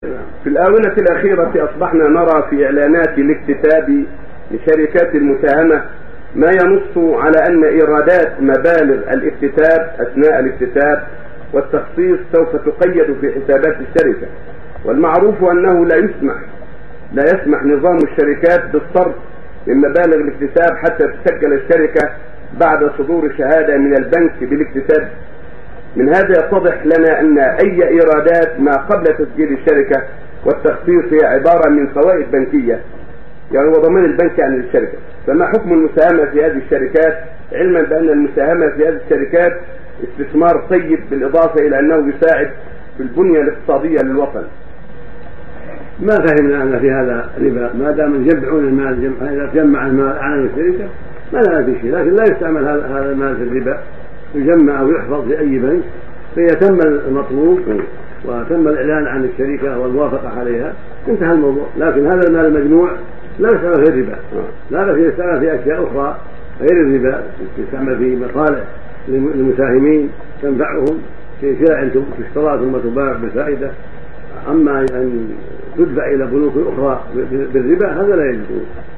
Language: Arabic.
في الآونة الأخيرة أصبحنا نرى في إعلانات الاكتتاب لشركات المساهمة ما ينص على أن إيرادات مبالغ الاكتتاب أثناء الاكتتاب والتخصيص سوف تقيد في حسابات الشركة. والمعروف أنه لا يسمح نظام الشركات بالصرف من مبالغ الاكتتاب حتى تسجل الشركة بعد صدور شهادة من البنك بالاكتتاب. من هذا يتضح لنا أن أي إيرادات ما قبل تسجيل الشركة والتخصيص هي عبارة من فوائد بنكية، يعني وضمان البنك عن الشركة. فما حكم المساهمة في هذه الشركات، علما بأن المساهمة في هذه الشركات استثمار طيب بالإضافة إلى أنه يساعد في البنية الاقتصادية للوطن؟ ما فهمنا أن في هذا ربا، ما دام يجمعون المال، إذا جمع المال عن الشركة ما لها في شيء، لكن لا يستعمل هذا المال في الربا، يجمع أو يحفظ في أي بنك فيتم المطلوب وتم الإعلان عن الشركة والموافقة عليها، انتهى الموضوع. لكن هذا المال المجموع لا يستعمل في الربا، لا يستعمل في أشياء أخرى غير الربا، يستعمل في مصالح للمساهمين تنفعهم في سلع تشترى ثم تباع بفائدة. أما أن تدفع إلى بنوك أخرى بالربا هذا لا يجوز.